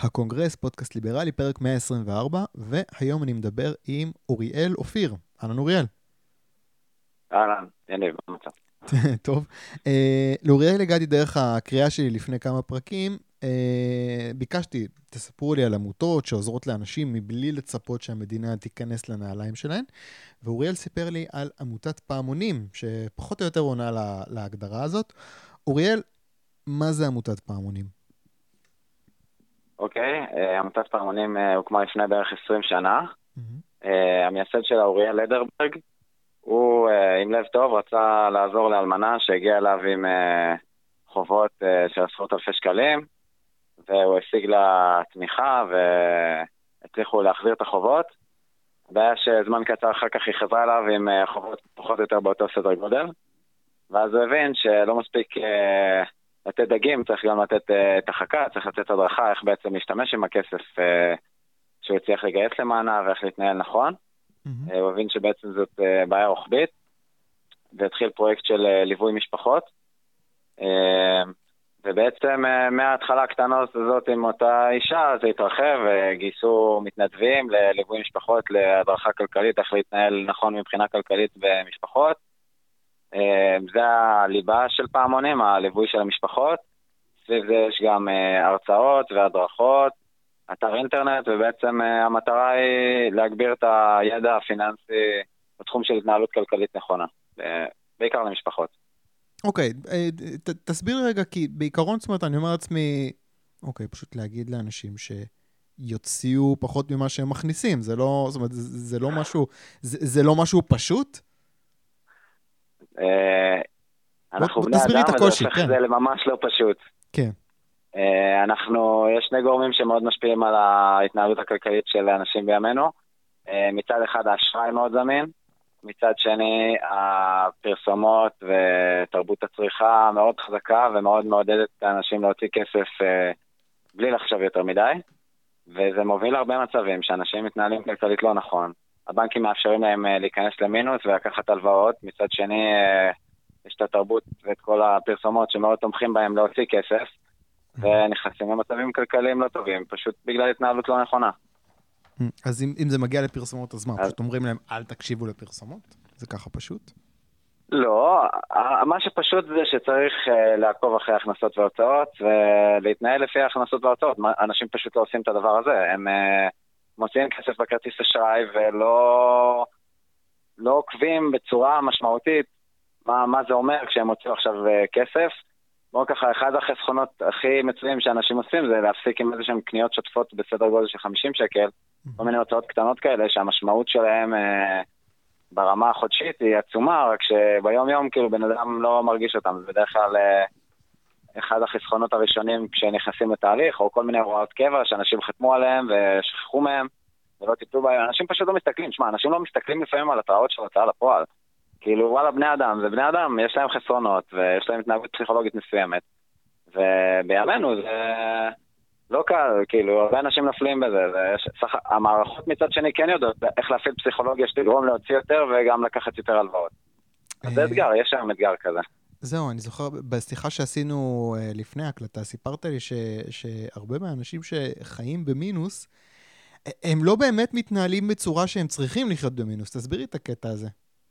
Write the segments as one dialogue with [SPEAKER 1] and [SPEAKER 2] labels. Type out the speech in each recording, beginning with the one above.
[SPEAKER 1] הקונגרס, פודקאסט ליברלי, פרק 124, והיום אני מדבר עם אוריאל אופיר. אהלן אוריאל.
[SPEAKER 2] אהלן, יניב, מה המצב?
[SPEAKER 1] טוב. לאוריאל הגעתי דרך הקריאה שלי לפני כמה פרקים. ביקשתי, תספרו לי על עמותות שעוזרות לאנשים מבלי לצפות שהמדינה תיכנס לנעליים שלהן, ואוריאל סיפר לי על עמותת פעמונים, שפחות או יותר עונה להגדרה הזאת. אוריאל, מה זה עמותת פעמונים?
[SPEAKER 2] אוקיי, עמותת פעמונים הוקמה לפני בערך 20 שנה. המייסד שלה אוריאל לדרברג, הוא עם לב טוב רצה לעזור לאלמנה שהגיע אליו עם חובות של עשרות אלפי שקלים, והוא השיג לה תמיכה והצליחו להחזיר את החובות. הבעיה שזמן קצר אחר כך היא חזרה אליו עם חובות פחות או יותר באותו סדר גודל, ואז הוא הבין שלא מספיק לתת דגים, צריך גם לתת את החכה, צריך לתת הדרכה איך בעצם להשתמש עם הכסף שהוא צריך לגייס למענה ואיך להתנהל נכון. הוא הבין שבעצם זאת בעיה רוחבית, והתחיל פרויקט של ליווי משפחות, ובעצם מההתחלה הקטנות הזאת עם אותה אישה זה התרחב, וגייסו מתנדבים לליווי משפחות, להדרכה כלכלית, איך להתנהל נכון מבחינה כלכלית במשפחות. זה הליבה של פעמונים, הליווי של המשפחות. סביב זה יש גם הרצאות והדרכות, אתר אינטרנט, ובעצם המטרה היא להגביר את הידע הפיננסי בתחום של התנהלות כלכלית נכונה, בעיקר למשפחות.
[SPEAKER 1] אוקיי, תסביר רגע, כי בעיקרון, זאת אומרת, אני אומר לעצמי, אוקיי, פשוט להגיד לאנשים שיוציאו פחות ממה שהם מכניסים, זה לא, זאת אומרת, זה לא משהו פשוט?
[SPEAKER 2] אנחנו בני
[SPEAKER 1] תסבירי את
[SPEAKER 2] אדם,
[SPEAKER 1] הקושי,
[SPEAKER 2] וזה
[SPEAKER 1] כן.
[SPEAKER 2] זה ממש לא פשוט.
[SPEAKER 1] כן.
[SPEAKER 2] יש שני גורמים שמאוד משפיעים על ההתנהלות הכלכלית של האנשים בימינו. מצד אחד האשראי מאוד זמין, מצד שני הפרסומות ותרבות הצריכה מאוד חזקה ומאוד מעודדת את האנשים להוציא כסף בלי לחשוב יותר מדי, וזה מוביל להרבה מצבים שאנשים מתנהלים כלכלית לא נכון. הבנקים מאפשרים להם להיכנס למינוס ולקחת הלוואות, מצד שני יש את התרבות ואת כל הפרסומות שמאוד תומכים בהם להוציא כסף, ונכנסים למצבים כלכליים לא טובים, פשוט בגלל התנהלות לא נכונה.
[SPEAKER 1] אז אם זה מגיע לפרסומות, אז מה? פשוט אומרים להם, אל תקשיבו לפרסומות? זה ככה פשוט?
[SPEAKER 2] לא, מה שפשוט זה שצריך לעקוב אחרי הכנסות והוצאות, ולהתנהל לפי הכנסות והוצאות. אנשים פשוט לא עושים את הדבר הזה. הם מוציאים כסף בכרטיס אשראי, ולא עוקבים בצורה משמעותית מה זה אומר כשהם מוציאו עכשיו כסף. בואו ככה, אחד החסכונות הכי מצויים שאנשים עושים זה להפסיק עם איזה שהן קניות שוטפות בסדר גודל של 50 שקל, כל מיני הוצאות קטנות כאלה שהמשמעות שלהם ברמה החודשית היא עצומה, רק שביום יום כאילו בן אדם לא מרגיש אותם. זה בדרך כלל אחד החסכונות הראשונים כשנכנסים לתהליך, או כל מיני הוראות קבע שאנשים חתמו עליהם ושכחו מהם ולא טיפלו בהם. אנשים פשוט לא מסתכלים, שמה, אנשים לא מסתכלים לפעמים על התראות של הוצאה לפועל. כאילו, וואלה, בני אדם, זה בני אדם, יש להם חסרונות, ויש להם התנהגות פסיכולוגית מסוימת, ובימינו זה לא קל, כאילו, הרבה אנשים נפלים בזה, המערכות מצד שני כן יודעות איך להפעיל פסיכולוגיה שתגרום להוציא יותר, וגם לקחת יותר הלוואות. אז זה אתגר, יש שם אתגר כזה.
[SPEAKER 1] זהו, אני זוכר, בשיחה שעשינו לפני ההקלטה, סיפרת לי שהרבה מהאנשים שחיים במינוס, הם לא באמת מתנהלים בצורה שהם צריכים לחיות במינוס. תסבירי את הקטע הזה.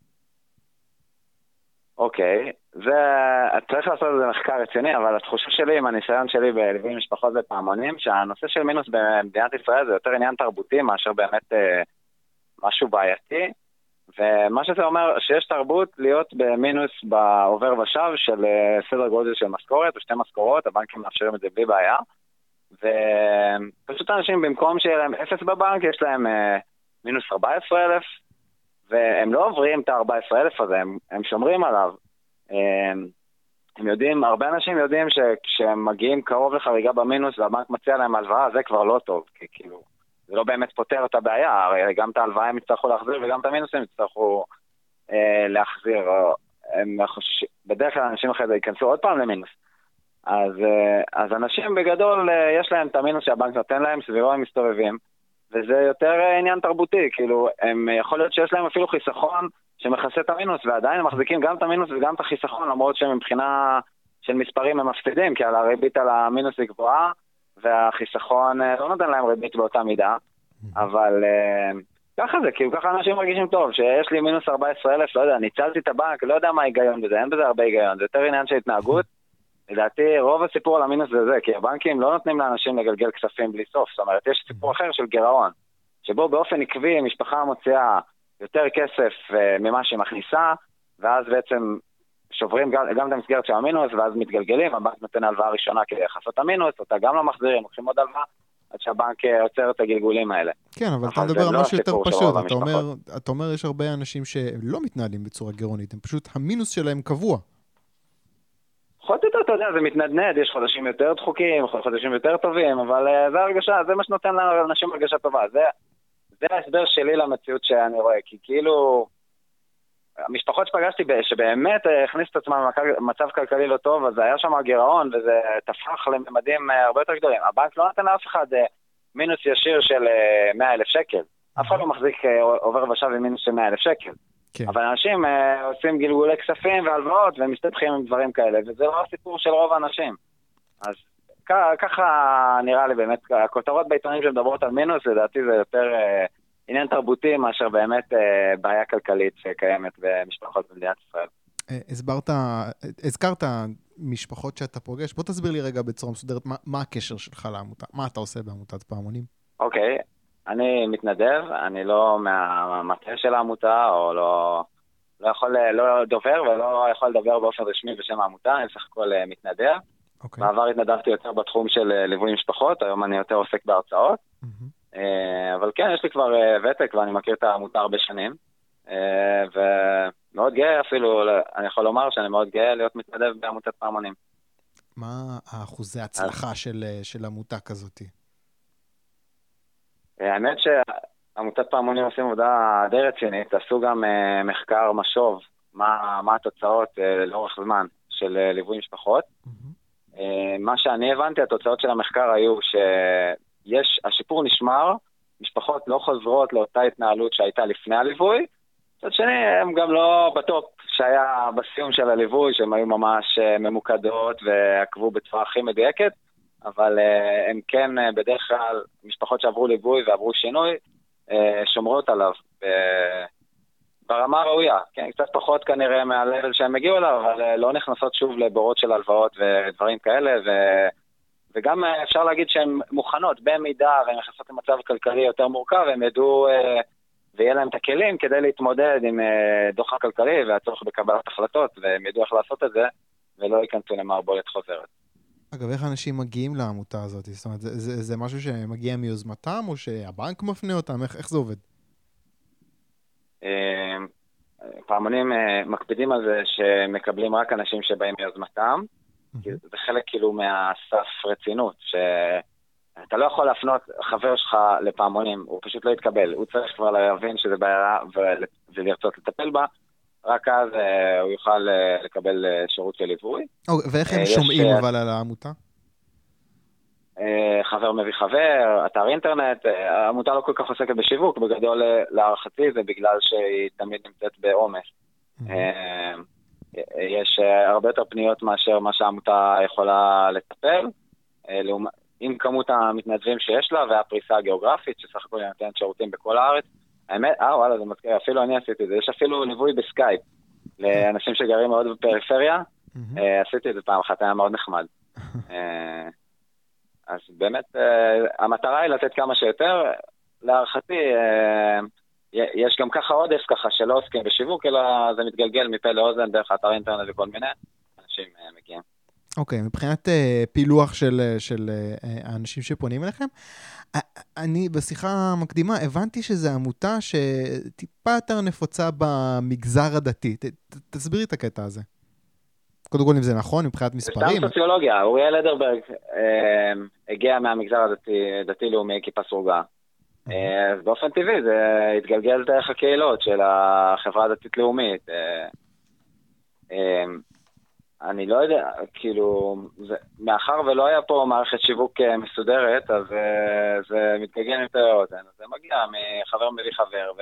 [SPEAKER 2] אוקיי, צריך לעשות את זה מחקר רציני, אבל התחושה שלי עם הניסיון שלי בליווי משפחות ופעמונים, שהנושא של מינוס במדינת ישראל זה יותר עניין תרבותי מאשר באמת משהו בעייתי, ומה שזה אומר שיש תרבות להיות במינוס בעובר ושב של סדר גודל של משכורת או 2 משכורות, הבנקים מאפשרים את זה בלי בעיה, ופשוט אנשים במקום שיהיה להם 0 בבנק, יש להם מינוס 14,000, והם לא עוברים את ה-14,000 הזה, הם שומרים עליו. הם יודעים, הרבה אנשים יודעים שכשהם מגיעים קרוב לחריגה במינוס והבנק מציע להם הלוואה, זה כבר לא טוב, כי כאילו, זה לא באמת פותר את הבעיה, הרי גם את ההלוואה הם יצטרכו להחזיר וגם את המינוס הם יצטרכו להחזיר. בדרך כלל אנשים אחרי זה ייכנסו עוד פעם למינוס. אז אנשים בגדול יש להם את המינוס שהבנק נותן להם, סביבו הם מסתובבים, וזה יותר עניין תרבותי, כאילו, הם יכול להיות שיש להם אפילו חיסכון שמכסה את המינוס, ועדיין הם מחזיקים גם את המינוס וגם את החיסכון, למרות שהם מבחינה של מספרים הם מפסידים, כי על הריבית על המינוס היא גבוהה, והחיסכון לא נותן להם ריבית באותה מידה, אבל ככה זה, כאילו ככה אנשים מרגישים טוב, שיש לי מינוס 14,000, לא יודע, ניצלתי את הבנק, לא יודע מה ההיגיון בזה, אין בזה הרבה היגיון, זה יותר עניין של התנהגות. לדעתי רוב הסיפור על המינוס זה, כי הבנקים לא נותנים לאנשים לגלגל כספים בלי סוף, זאת אומרת, יש סיפור אחר של גירעון, שבו באופן עקבי משפחה מוציאה יותר כסף ממה שהיא מכניסה, ואז בעצם שוברים גם את המסגרת של המינוס, ואז מתגלגלים, הבנק נותן הלוואה ראשונה כדי לחסות את המינוס, אותה גם לא מחזירים, לוקחים עוד הלוואה, עד שהבנק עוצר את הגלגולים האלה.
[SPEAKER 1] כן, אבל אתה מדבר על משהו יותר פשוט, אתה אומר יש הרבה אנשים שלא מתנהלים בצורה גירעונית, הם פשוט המינוס שלהם קבוע.
[SPEAKER 2] פחות יותר, אתה יודע, זה מתנדנד, יש חודשים יותר דחוקים, חודשים יותר טובים, אבל זה הרגשה, זה מה שנותן לאנשים הרגשה טובה. זה ההסבר שלי למציאות שאני רואה, כי כאילו, המשפחות שפגשתי שבאמת הכניס את עצמם במצב כלכלי לא טוב, אז היה שם גירעון, וזה תפח לממדים הרבה יותר גדולים. הבנק לא נתן לאף אחד מינוס ישיר של 100,000 שקל. אף אחד לא מחזיק עובר ושב עם מינוס של 100,000 שקל. כן. אבל אנשים עושים גלגולי כספים והלוואות ומסתבכים עם דברים כאלה, וזה לא הסיפור של רוב האנשים. אז ככה נראה לי באמת, הכותרות בעיתונים שמדברות על מינוס, לדעתי זה יותר עניין תרבותי מאשר באמת בעיה כלכלית שקיימת במשפחות במדינת ישראל.
[SPEAKER 1] הזכרת משפחות שאתה פוגש, בוא תסביר לי רגע בצורה מסודרת, מה הקשר שלך לעמותה? מה אתה עושה בעמותת פעמונים?
[SPEAKER 2] אוקיי. אני מתנדב, אני לא מהמטה של העמותה, או לא דובר ולא יכול לדבר באופן רשמי בשם העמותה, אני סך הכל מתנדב. בעבר התנדבתי יותר בתחום של ליווי משפחות, היום אני יותר עוסק בהרצאות. אבל כן, יש לי כבר ותק ואני מכיר את העמותה הרבה שנים. ומאוד גאה אפילו, אני יכול לומר שאני מאוד גאה להיות מתנדב בעמותת פעמונים.
[SPEAKER 1] מה האחוזי הצלחה של עמותה כזאת?
[SPEAKER 2] האמת שעמותת פעמונים עושים עבודה די רצינית, עשו גם מחקר משוב, מה התוצאות לאורך זמן של ליווי משפחות. מה שאני הבנתי, התוצאות של המחקר היו שהשיפור נשמר, משפחות לא חוזרות לאותה התנהלות שהייתה לפני הליווי, מצד שני הם גם לא בטופ שהיה בסיום של הליווי, שהם היו ממש ממוקדות ועקבו בצורה הכי מדויקת, אבל הם כן בדרך כלל משפחות שעברו ליווי ועברו שינוי שומרות עליו ברמה ראויה, כן, קצת פחות כנראה מהלבל שהם הגיעו אליו, אבל לא נכנסות שוב לבורות של הלוואות ודברים כאלה, וגם אפשר להגיד שהן מוכנות במידה והן נכנסות למצב כלכלי יותר מורכב, הם ידעו ויהיה להם את הכלים כדי להתמודד עם דוח הכלכלי והצורך בקבלת החלטות, והם ידעו איך לעשות את זה ולא ייכנסו למערבולת חוזרת.
[SPEAKER 1] אגב, איך אנשים מגיעים לעמותה הזאת? זאת אומרת, זה משהו שמגיע מיוזמתם, או שהבנק מפנה אותם? איך זה עובד?
[SPEAKER 2] פעמונים מקפידים על זה שמקבלים רק אנשים שבאים מיוזמתם. זה חלק כאילו מהסף רצינות, שאתה לא יכול להפנות חבר שלך לפעמונים, הוא פשוט לא יתקבל. הוא צריך כבר להבין שזה בעיה ולרצות לטפל בה. רק אז הוא יוכל לקבל שירות של ליווי.
[SPEAKER 1] ואיך הם שומעים אבל על העמותה?
[SPEAKER 2] חבר מביא חבר, אתר אינטרנט, העמותה לא כל כך עוסקת בשיווק, בגדול להערכתי זה בגלל שהיא תמיד נמצאת בעומס. יש הרבה יותר פניות מאשר מה שהעמותה יכולה לטפל, עם כמות המתנדבים שיש לה והפריסה הגיאוגרפית, שסך הכל נותנת שירותים בכל הארץ. האמת, וואלה, זה מזכיר, אפילו אני עשיתי את זה, יש אפילו ליווי בסקייפ, לאנשים שגרים מאוד בפריפריה, עשיתי את זה פעם אחת, היה מאוד נחמד. אז באמת, המטרה היא לתת כמה שיותר, להערכתי, יש גם ככה עודף ככה שלא עוסקים בשיווק, אלא זה מתגלגל מפה לאוזן דרך אתר אינטרנט וכל מיני אנשים מגיעים.
[SPEAKER 1] אוקיי, מבחינת פילוח של האנשים שפונים אליכם, אני בשיחה המקדימה הבנתי שזו עמותה שטיפה יותר נפוצה במגזר הדתי. תסבירי את הקטע הזה. קודם כל אם זה נכון, מבחינת מספרים.
[SPEAKER 2] סתם סוציולוגיה, אוריאל אדרברג הגיע מהמגזר הדתי-לאומי כיפה סרוגה. אז באופן טבעי זה התגלגל דרך הקהילות של החברה הדתית-לאומית. אני לא יודע, כאילו, מאחר ולא היה פה מערכת שיווק מסודרת, אז זה מתגלגל יותר אוזן. זה מגיע מחבר מביא חבר,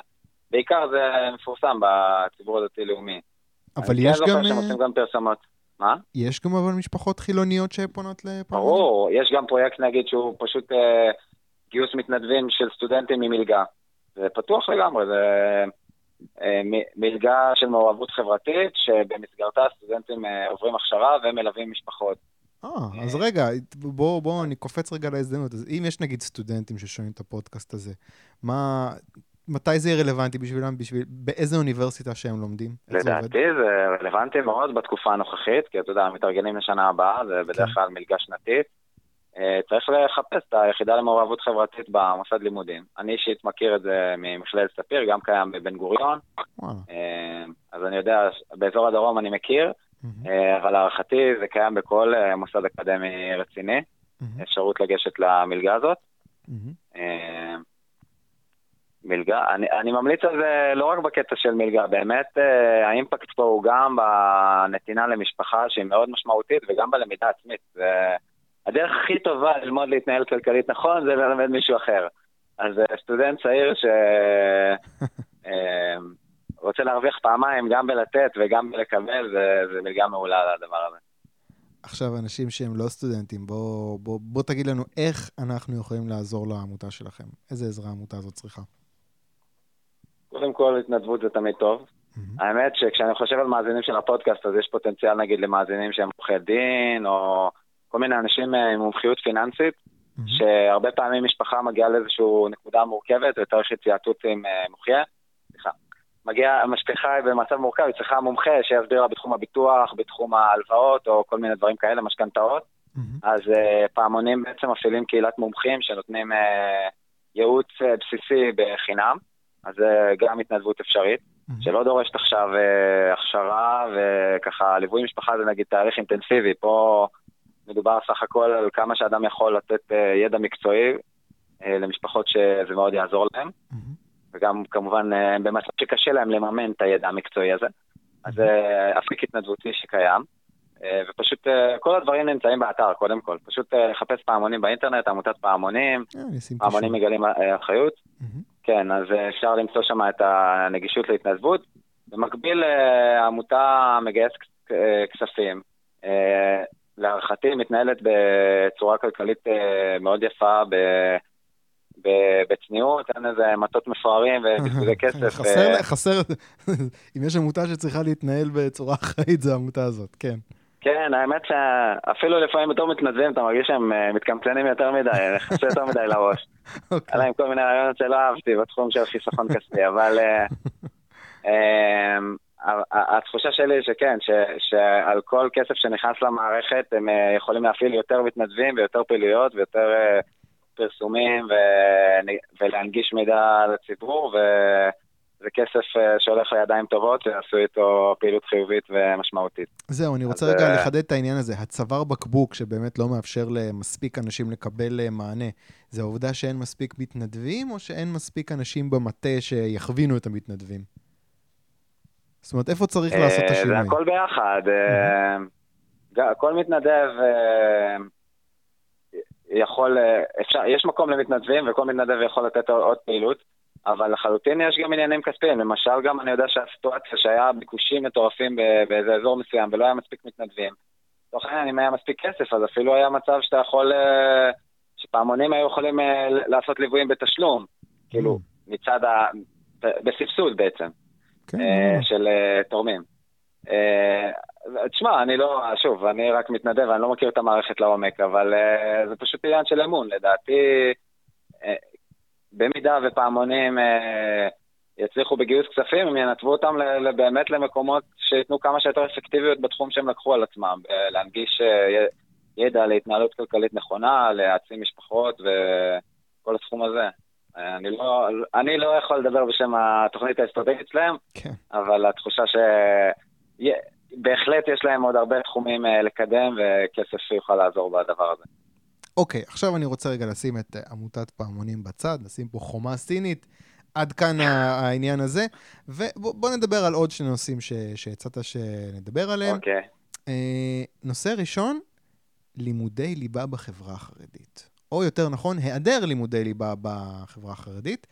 [SPEAKER 2] ובעיקר זה מפורסם בציבור הדתי-לאומי.
[SPEAKER 1] אבל יש גם...
[SPEAKER 2] עושים גם פרסמות. מה?
[SPEAKER 1] יש גם אבל משפחות חילוניות שפונות לפעמונים?
[SPEAKER 2] ברור, יש גם פרויקט נגיד שהוא פשוט גיוס מתנדבים של סטודנטים ממלגה. זה פתוח לגמרי, זה מלגה של מעורבות חברתית, שבמסגרתה הסטודנטים עוברים הכשרה ומלווים משפחות.
[SPEAKER 1] אז רגע, בוא, אני קופץ רגע להזדמנות. אז אם יש נגיד סטודנטים ששומעים את הפודקאסט הזה, מתי זה יהיה רלוונטי בשבילם? באיזה אוניברסיטה שהם לומדים?
[SPEAKER 2] לדעתי זה רלוונטי מאוד בתקופה הנוכחית, כי אתה יודע, מתארגנים לשנה הבאה, זה בדרך כלל מלגה שנתית. צריך לחפש את היחידה למעורבות חברתית במוסד לימודים. אני אישית מכיר את זה ממכללת ספיר, גם קיים בבן גוריון. אז אני יודע, באזור הדרום אני מכיר, אבל להערכתי זה קיים בכל מוסד אקדמי רציני, אפשרות לגשת למלגה הזאת. מלגה, אני ממליץ על זה לא רק בקטע של מלגה, באמת האימפקט פה הוא גם בנתינה למשפחה שהיא מאוד משמעותית וגם בלמידה עצמית. הדרך הכי טובה ללמוד להתנהל כלכלית נכון זה ללמד מישהו אחר. אז סטודנט צעיר שרוצה להרוויח פעמיים גם בלתת וגם בלקבל, זה מלגה מעולה על הדבר הזה.
[SPEAKER 1] עכשיו אנשים שהם לא סטודנטים, בוא תגיד לנו איך אנחנו יכולים לעזור לעמותה שלכם. איזה עזרה העמותה הזאת צריכה?
[SPEAKER 2] קודם כל, התנדבות זה תמיד טוב. האמת שכשאני חושב על מאזינים של הפודקאסט, אז יש פוטנציאל נגיד למאזינים שהם עורכי דין, או כל מיני אנשים עם מומחיות פיננסית, שהרבה פעמים משפחה מגיעה לאיזושהי נקודה מורכבת, וצריך התייעצות עם מומחה. המשפחה במצב מורכב, היא צריכה מומחה שיסביר לה בתחום הביטוח, בתחום ההלוואות, או כל מיני דברים כאלה, משכנתאות. אז פעמונים בעצם מפעילים קהילת מומחים שנותנים ייעוץ בסיסי בחינם. אז זה גם התנדבות אפשרית, שלא דורשת עכשיו הכשרה, וככה ליווי משפחה זה נגיד תהליך אינטנסיבי. פה מדובר סך הכל על כמה שאדם יכול לתת ידע מקצועי למשפחות שזה מאוד יעזור להם, וגם כמובן במצב שקשה להם לממן את הידע המקצועי הזה. אז זה אפיק התנדבותי שקיים, ופשוט כל הדברים נמצאים באתר קודם כל. פשוט לחפש פעמונים באינטרנט, עמותת פעמונים, פעמונים מגלים אחריות. כן, אז אפשר למצוא שם את הנגישות להתנדבות. במקביל, העמותה מגייס כספים. להערכתי מתנהלת בצורה כלכלית מאוד יפה, בצניעות, אין איזה מטות מפוארים ובזבוזי כסף.
[SPEAKER 1] חסר, אם יש עמותה שצריכה להתנהל בצורה אחראית, זו העמותה הזאת, כן.
[SPEAKER 2] כן, האמת שאפילו לפעמים בתור מתנדבים, אתה מרגיש שהם מתקמצנים יותר מדי, נכנסו יותר מדי לראש. עלה עם כל מיני רעיונות שלא אהבתי בתחום של חיסכון כספי, אבל התחושה שלי שכן, שעל כל כסף שנכנס למערכת, הם יכולים להפעיל יותר מתנדבים ויותר פעילויות ויותר פרסומים ולהנגיש מידע לציבור, זה כסף שהולך לידיים טובות, שעשו איתו פעילות חיובית ומשמעותית.
[SPEAKER 1] זהו, אני רוצה רגע לחדד את העניין הזה. הצוואר בקבוק שבאמת לא מאפשר למספיק אנשים לקבל מענה, זה העובדה שאין מספיק מתנדבים, או שאין מספיק אנשים במטה שיכווינו את המתנדבים? זאת אומרת, איפה צריך לעשות את השינוי?
[SPEAKER 2] זה הכל ביחד. כל מתנדב יכול, יש מקום למתנדבים, וכל מתנדב יכול לתת עוד פעילות, אבל לחלוטין יש גם עניינים כספיים. למשל, גם אני יודע שהסיטואציה שהיה ביקושים מטורפים באיזה אזור מסוים, ולא היה מספיק מתנדבים. תוך העניין, אם היה מספיק כסף, אז אפילו היה מצב שאתה יכול, שפעמונים היו יכולים לעשות ליוויים בתשלום, כאילו, מצד בסבסוד בעצם, של תורמים. תשמע, אני לא, שוב, אני רק מתנדב, אני לא מכיר את המערכת לעומק, אבל זה פשוט עניין של אמון. לדעתי, במידה ופעמונים יצליחו בגיוס כספים, הם ינתבו אותם באמת למקומות שיתנו כמה שיותר אפקטיביות בתחום שהם לקחו על עצמם, להנגיש ידע להתנהלות כלכלית נכונה, להעצים משפחות וכל התחום הזה. אני לא יכול לדבר בשם התוכנית האסטרטגית שלהם, אבל התחושה שבהחלט יש להם עוד הרבה תחומים לקדם, וכסף יוכל לעזור בדבר הזה.
[SPEAKER 1] אוקיי, עכשיו אני רוצה רגע לשים את עמותת פעמונים בצד, נשים פה חומה סינית, עד כאן העניין הזה, ובוא נדבר על עוד שני נושאים שהצעת שנדבר עליהם.
[SPEAKER 2] אוקיי.
[SPEAKER 1] נושא ראשון, לימודי ליבה בחברה החרדית. או יותר נכון, היעדר לימודי ליבה בחברה החרדית.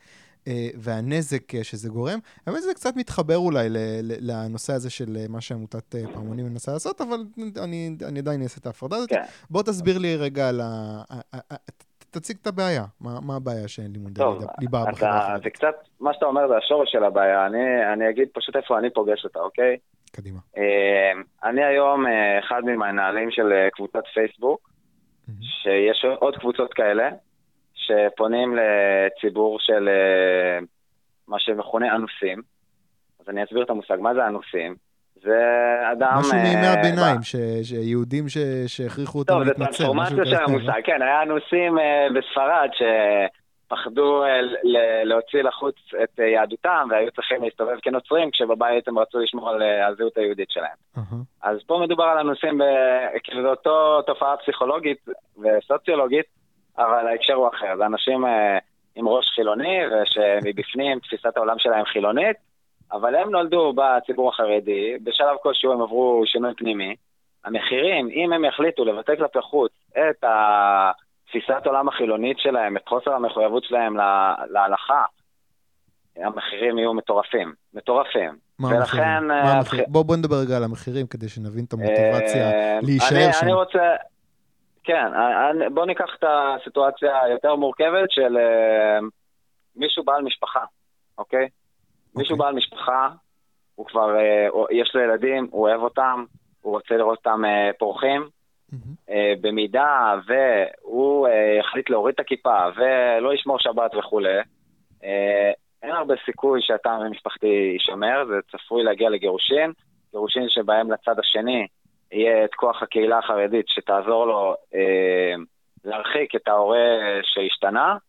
[SPEAKER 1] והנזק שזה גורם. האמת זה קצת מתחבר אולי לנושא הזה של מה שעמותת פעמונים מנסה לעשות, אבל אני עדיין אעשה את ההפרדה הזאת. בוא תסביר לי רגע תציג את הבעיה. מה הבעיה שאין לימודי ליבה בחברה החרדית?
[SPEAKER 2] זה קצת, מה שאתה אומר זה השורש של הבעיה. אני אגיד פשוט איפה אני פוגש אותה, אוקיי?
[SPEAKER 1] קדימה.
[SPEAKER 2] אני היום אחד מהמנהלים של קבוצת פייסבוק, שיש עוד קבוצות כאלה, שפונים לציבור של מה שמכונה אנוסים. אז אני אסביר את המושג. מה זה אנוסים? זה אדם...
[SPEAKER 1] משהו מימי הביניים, שיהודים שהכריחו אותם להתנצל.
[SPEAKER 2] טוב, זה טרנספורמציה של המושג. כן, היה אנוסים בספרד שפחדו להוציא לחוץ את יהדותם, והיו צריכים להסתובב כנוצרים, כשבבית הם רצו לשמור על הזהות היהודית שלהם. אז פה מדובר על אנוסים, כאילו זו אותו תופעה פסיכולוגית וסוציולוגית, אבל ההקשר הוא אחר. זה אנשים עם ראש חילוני, ושמבפנים תפיסת העולם שלהם חילונית, אבל הם נולדו בציבור החרדי, בשלב כלשהו הם עברו שינוי פנימי. המחירים, אם הם יחליטו לבטא כלפי חוץ את תפיסת העולם החילונית שלהם, את חוסר המחויבות שלהם להלכה, המחירים יהיו מטורפים.
[SPEAKER 1] ולכן... בוא נדבר רגע על המחירים, כדי שנבין את המוטיבציה להישאר שם.
[SPEAKER 2] אני רוצה... כן, בוא ניקח את הסיטואציה היותר מורכבת של מישהו בעל משפחה, אוקיי? מישהו בעל משפחה, הוא כבר, יש לו ילדים, הוא אוהב אותם, הוא רוצה לראות אותם פורחים, במידה והוא יחליט להוריד את הכיפה ולא ישמור שבת וכו', אין הרבה סיכוי שהטעם המשפחתי יישמר, זה צפוי להגיע לגירושין, גירושין שבהם לצד השני יהיה את כוח הקהילה החרדית שתעזור לו להרחיק את ההורה שהשתנה,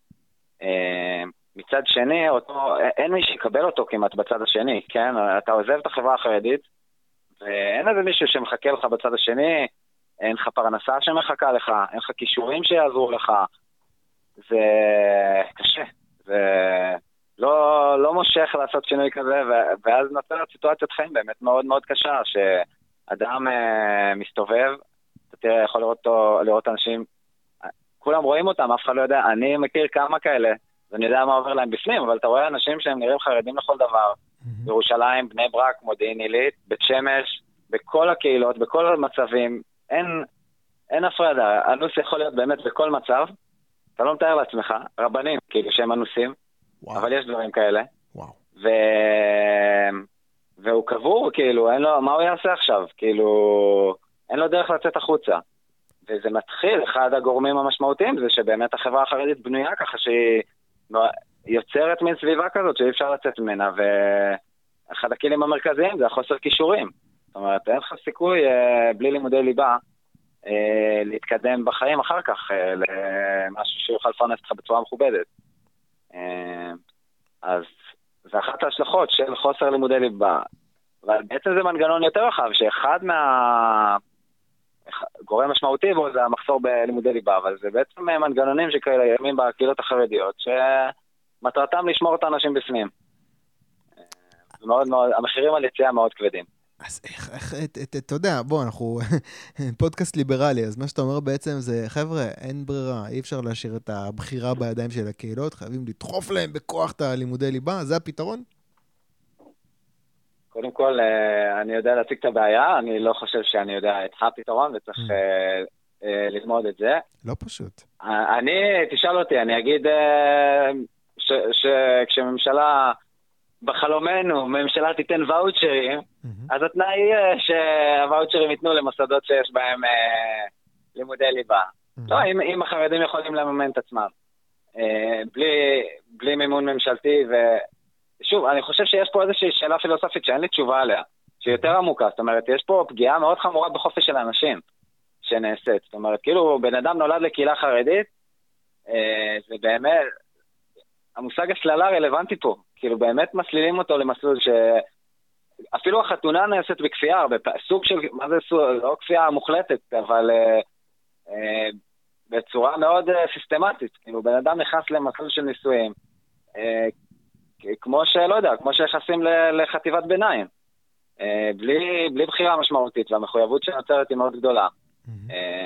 [SPEAKER 2] מצד שני, אין מי שיקבל אותו כמעט בצד השני, כן? אתה עוזב את החברה החרדית, ואין איזה מישהו שמחכה לך בצד השני, אין לך פרנסה שמחכה לך, אין לך כישורים שיעזרו לך, זה קשה, זה לא מושך לעשות שינוי כזה, ואז נוצרת סיטואציית חיים באמת מאוד מאוד קשה, שאדם מסתובב, אתה תראה, יכול לראות אנשים, כולם רואים אותם, אף אחד לא יודע, אני מכיר כמה כאלה, ואני יודע מה עובר להם בפנים, אבל אתה רואה אנשים שהם נראים חרדים לכל דבר. בירושלים, בני ברק, מודיעין עילית, בית שמש, בכל הקהילות, בכל המצבים, אין הפרדה. אנוס יכול להיות באמת בכל מצב, אתה לא מתאר לעצמך, רבנים, כאילו שהם אנוסים, אבל יש דברים כאלה. והוא קבור, כאילו, מה הוא יעשה עכשיו? כאילו, אין לו דרך לצאת החוצה. וזה מתחיל, אחד הגורמים המשמעותיים, זה שבאמת החברה החרדית בנויה ככה שהיא יוצרת מין סביבה כזאת שאי אפשר לצאת ממנה, ואחד הכלים המרכזיים זה החוסר כישורים. זאת אומרת, אין לך סיכוי בלי לימודי ליבה להתקדם בחיים אחר כך למשהו שיוכל לפרנס אותך בצורה מכובדת. אז זה אחת ההשלכות של חוסר לימודי ליבה. אבל בעצם זה מנגנון יותר רחב, שאחד גורם משמעותי בו זה המחסור בלימודי ליבה, אבל זה בעצם מנגנונים שקיימים בקהילות החרדיות, שמטרתם לשמור את האנשים בפנים. מאוד מאוד, המחירים על יציאה מאוד כבדים.
[SPEAKER 1] אז איך, אתה יודע, בוא, אנחנו פודקאסט ליברלי, אז מה שאתה אומר בעצם זה, חבר'ה, אין ברירה, אי אפשר להשאיר את הבחירה בידיים של הקהילות, חייבים לדחוף להם בכוח את הלימודי ליבה, זה הפתרון?
[SPEAKER 2] קודם כל, אני יודע להציג את הבעיה, אני לא חושב שאני יודע את הפתרון, וצריך ללמוד את זה.
[SPEAKER 1] לא פשוט.
[SPEAKER 2] תשאל אותי, אני אגיד שכשממשלה, בחלומנו, ממשלה תיתן ואוצ'רים, אז התנאי יהיה שהוואוצ'רים ייתנו למוסדות שיש בהם לימודי ליבה. לא, אם החרדים יכולים לממן את עצמם. בלי מימון ממשלתי שוב, אני חושב שיש פה איזושהי שאלה פילוסופית שאין לי תשובה עליה, שהיא יותר עמוקה. זאת אומרת, יש פה פגיעה מאוד חמורה בחופש של האנשים שנעשית. זאת אומרת, כאילו, בן אדם נולד לקהילה חרדית, זה באמת, המושג הסללה רלוונטי פה. כאילו, באמת מסלילים אותו למסלול אפילו החתונה נעשית בכפייה, סוג של, מה זה סוג, לא כפייה מוחלטת, אבל בצורה מאוד סיסטמטית. כאילו, בן אדם נכנס למסלול של נישואים, כמו שלא יודע, כמו שיחסים לחטיבת ביניים. בלי בחירה משמעותית, והמחויבות שנוצרת היא מאוד גדולה.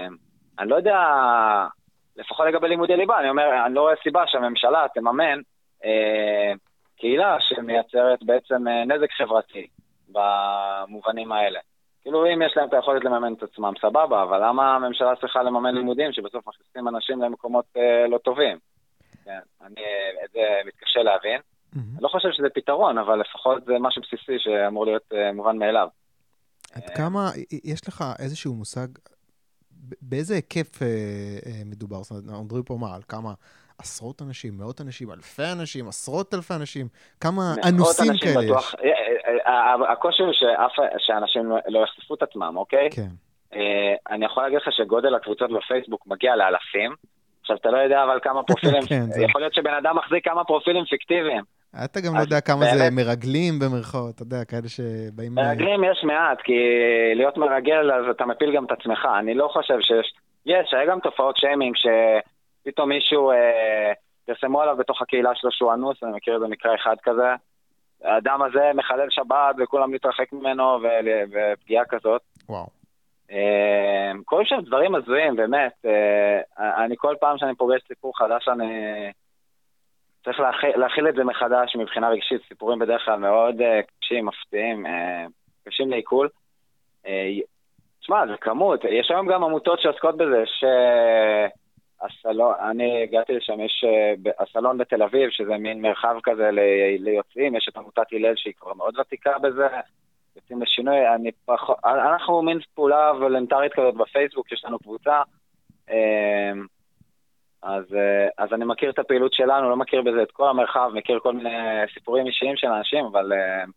[SPEAKER 2] אני לא יודע, לפחות לגבי לימודי ליבה, אני אומר, אני לא רואה סיבה שהממשלה תממן קהילה שמייצרת בעצם נזק חברתי במובנים האלה. כאילו אם יש להם את היכולת לממן את עצמם, סבבה, אבל למה הממשלה צריכה לממן לימודים שבסוף מכניסים אנשים למקומות לא טובים? כן, אני את זה מתקשה להבין. אני לא חושב שזה פתרון, אבל לפחות זה משהו בסיסי שאמור להיות מובן מאליו.
[SPEAKER 1] עד כמה, יש לך איזשהו מושג, באיזה היקף מדובר? זאת אומרת, אנחנו מדברים פה מה, על כמה עשרות אנשים, מאות אנשים, אלפי אנשים, עשרות אלפי אנשים, כמה אנוסים כאלה יש?
[SPEAKER 2] הקושי הוא שאנשים לא יחשפו את עצמם, אוקיי?
[SPEAKER 1] כן.
[SPEAKER 2] אני יכול להגיד לך שגודל הקבוצות בפייסבוק מגיע לאלפים, עכשיו אתה לא יודע אבל כמה פרופילים, יכול להיות שבן אדם מחזיק כמה פרופילים פיקטיביים.
[SPEAKER 1] אתה גם לא יודע כמה זה מרגלים במרכאות, אתה יודע, כאלה שבאים...
[SPEAKER 2] מרגלים יש מעט, כי להיות מרגל אז אתה מפיל גם את עצמך, אני לא חושב היה גם תופעות שיימינג שפתאום מישהו פרסמו עליו בתוך הקהילה שלו שהוא אנוס, אני מכיר את זה מקרה אחד כזה, האדם הזה מחלל שבת וכולם להתרחק ממנו ופגיעה כזאת.
[SPEAKER 1] וואו.
[SPEAKER 2] קוראים שם דברים הזויים, באמת, אני כל פעם שאני פוגש סיפור חדש אני... צריך להכיל את זה מחדש מבחינה רגשית, סיפורים בדרך כלל מאוד קשים, מפתיעים, קשים לעיכול. תשמע, זה כמות, יש היום גם עמותות שעוסקות בזה, אני הגעתי לשם, יש הסלון בתל אביב, שזה מין מרחב כזה ליוצאים, יש את עמותת הלל שהיא כבר מאוד ותיקה בזה, יוצאים לשינוי, אנחנו מין פעולה וולונטרית כזאת בפייסבוק, יש לנו קבוצה, אז אני מכיר את הפעילות שלנו, לא מכיר בזה את כל המרחב, מכיר כל מיני סיפורים אישיים של אנשים, אבל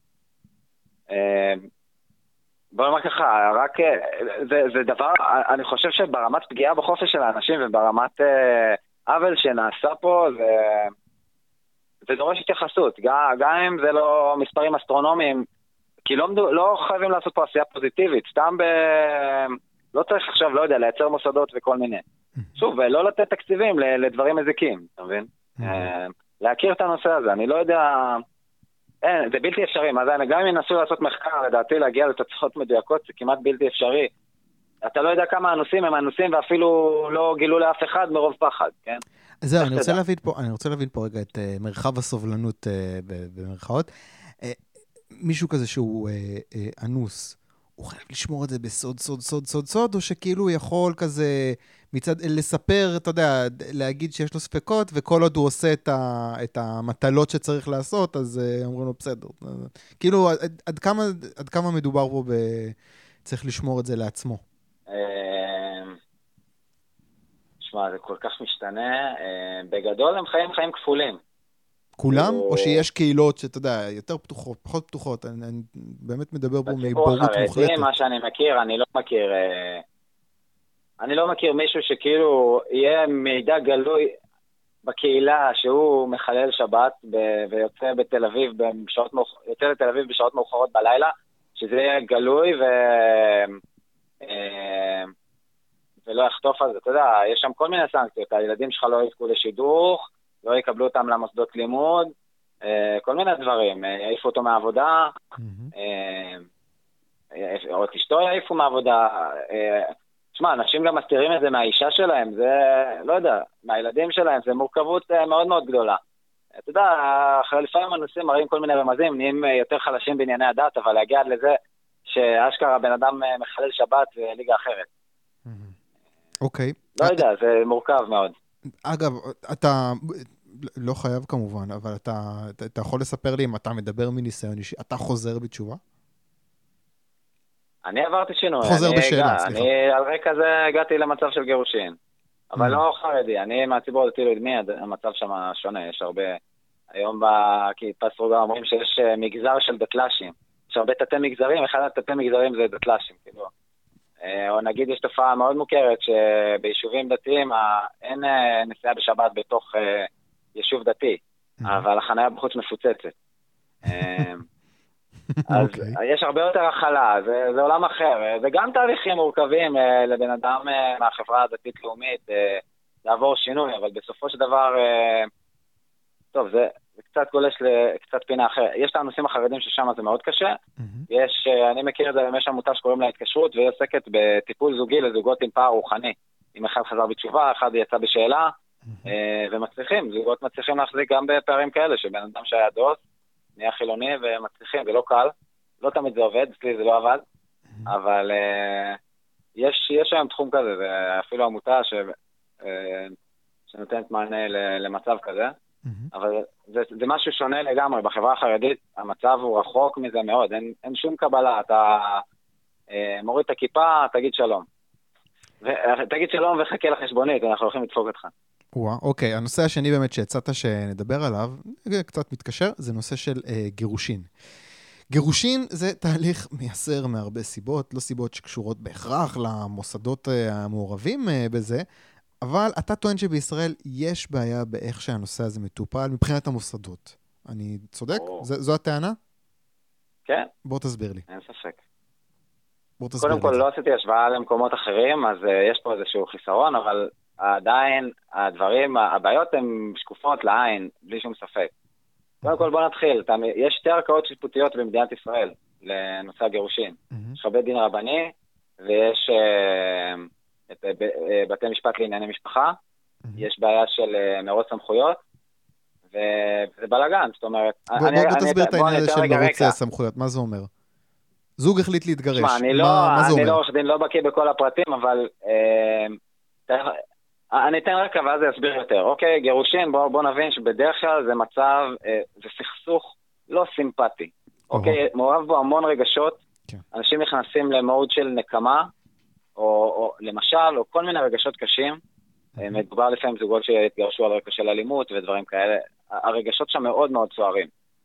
[SPEAKER 2] בוא נאמר ככה, רק זה דבר, אני חושב שברמת פגיעה בחופש של האנשים וברמת עוול שנעשה פה, זה דורש התייחסות, גם אם זה לא מספרים אסטרונומיים, כי לא חייבים לעשות פה עשייה פוזיטיבית, סתם לא צריך עכשיו, לא יודע, לייצר מוסדות וכל מיני. שוב, ולא לתת תקציבים לדברים מזיקים, אתה מבין? להכיר את הנושא הזה, אני לא יודע... זה בלתי אפשרי, גם אם ינסו לעשות מחקר, לדעתי להגיע לתוצאות מדויקות, זה כמעט בלתי אפשרי. אתה לא יודע כמה אנוסים הם אנוסים, ואפילו לא גילו לאף אחד מרוב פחד, כן?
[SPEAKER 1] זהו, אני רוצה להבין פה רגע את מרחב הסובלנות במרכאות. מישהו כזה שהוא אנוס, הוא חייב לשמור את זה בסוד, סוד, סוד, סוד, סוד, או שכאילו הוא יכול כזה לספר, אתה יודע, להגיד שיש לו ספקות, וכל עוד הוא עושה את המטלות שצריך לעשות, אז אומרים לו בסדר. כאילו, עד כמה מדובר פה צריך לשמור את זה לעצמו?
[SPEAKER 2] שמע, זה כל כך משתנה. בגדול הם חיים כפולים.
[SPEAKER 1] כולם? או שיש קהילות שאתה יודע, יותר פתוחות, פחות פתוחות? אני באמת מדבר פה מבורות מוחלטת.
[SPEAKER 2] מה שאני מכיר, אני לא מכיר מישהו שכאילו יהיה מידע גלוי בקהילה שהוא מחלל שבת ויוצא בתל אביב בשעות מאוחרות בלילה, שזה יהיה גלוי ולא יחטוף על זה. אתה יודע, יש שם כל מיני סנקציות, הילדים שלך לא יזכו לשידוך, לא יקבלו אותם למוסדות לימוד, כל מיני דברים, יעיפו אותו מהעבודה, או את אשתו יעיפו מהעבודה. תשמע, אנשים גם מסתירים את זה מהאישה שלהם, זה, לא יודע, מהילדים שלהם, זה מורכבות מאוד מאוד גדולה. אתה יודע, לפעמים אנשים מראים כל מיני רמזים, נהיים יותר חלשים בענייני הדת, אבל להגיע לזה שאשכרה בן אדם מחלל שבת זה ליגה אחרת.
[SPEAKER 1] אוקיי.
[SPEAKER 2] לא יודע, זה מורכב מאוד.
[SPEAKER 1] אגב, אתה לא חייב כמובן, אבל אתה יכול לספר לי אם אתה מדבר מניסיון אישי, אתה חוזר בתשובה?
[SPEAKER 2] אני עברתי שינוי.
[SPEAKER 1] חוזר בשאלה, סליחה.
[SPEAKER 2] אני על רקע זה הגעתי למצב של גירושין. אבל לא חרדי, אני מהציבור הדתי לאומי, המצב שם שונה, יש הרבה... היום פסטרו גם אומרים שיש מגזר של דתל"שים. יש הרבה תתי מגזרים, אחד התתי מגזרים זה דתל"שים, כאילו. או נגיד יש תופעה מאוד מוכרת שביישובים דתיים אין נסיעה בשבת בתוך יישוב דתי, אבל החניה בחוץ מפוצצת. אז יש הרבה יותר החלה, זה עולם אחר, וגם תהליכים מורכבים לבן אדם מהחברה הדתית-לאומית לעבור שינוי, אבל בסופו של דבר, טוב, זה קצת גולש לקצת פינה אחרת. יש את הנושאים החרדים ששם זה מאוד קשה, אני מכיר את זה, יש עמותה שקוראים לה התקשרות, והיא עוסקת בטיפול זוגי לזוגות עם פער רוחני. אם אחד חזר בתשובה, אחד יצא בשאלה, ומצליחים, זוגות מצליחים להחזיק גם בפערים כאלה, שבן אדם שהיה דוס, נהיה חילוני ומצליחים, זה לא קל, לא תמיד זה עובד, אצלי זה לא עבד, אבל יש היום תחום כזה, ואפילו עמותה שנותנת מענה למצב כזה, אבל זה משהו שונה לגמרי, בחברה החרדית המצב הוא רחוק מזה מאוד, אין שום קבלה, אתה מוריד את הכיפה, תגיד שלום. תגיד שלום וחכה לחשבונית, אנחנו הולכים לדפוק אותך.
[SPEAKER 1] אוקיי, הנושא השני באמת שהצעת שנדבר עליו, קצת מתקשר, זה נושא של גירושין. גירושין זה תהליך מייסר מהרבה סיבות, לא סיבות שקשורות בהכרח למוסדות המעורבים בזה, אבל אתה טוען שבישראל יש בעיה באיך שהנושא הזה מטופל מבחינת המוסדות. אני צודק? זו הטענה?
[SPEAKER 2] כן.
[SPEAKER 1] בוא תסביר לי.
[SPEAKER 2] אין ספק.
[SPEAKER 1] קודם
[SPEAKER 2] כל לא עשיתי השוואה למקומות אחרים, אז יש פה איזשהו חיסרון, אבל עדיין הבעיות הן שקופות לעין, בלי שום ספק. קודם כל בוא נתחיל, יש שתי ערכאות שיפוטיות במדינת ישראל לנושא הגירושין. יש בית דין רבני, ויש את בתי משפט לענייני משפחה, יש בעיה של מרוץ סמכויות, וזה בלגן, זאת אומרת...
[SPEAKER 1] בוא תסביר את העניין הזה של מרוץ סמכויות, מה זה אומר? זוג החליט להתגרש, מה זה אומר?
[SPEAKER 2] אני לא עורך דין, לא בקיא בכל הפרטים, אבל אני אתן רקע ואז זה יסביר יותר. אוקיי, גירושין, בוא נבין שבדרך כלל זה מצב, זה סכסוך לא סימפטי. אוקיי, מעורב בו המון רגשות, אנשים נכנסים למוד של נקמה, או למשל, או כל מיני רגשות קשים, מדובר לפעמים זוגות שהתגרשו על רקע של אלימות ודברים כאלה, הרגשות שם מאוד מאוד צוערים.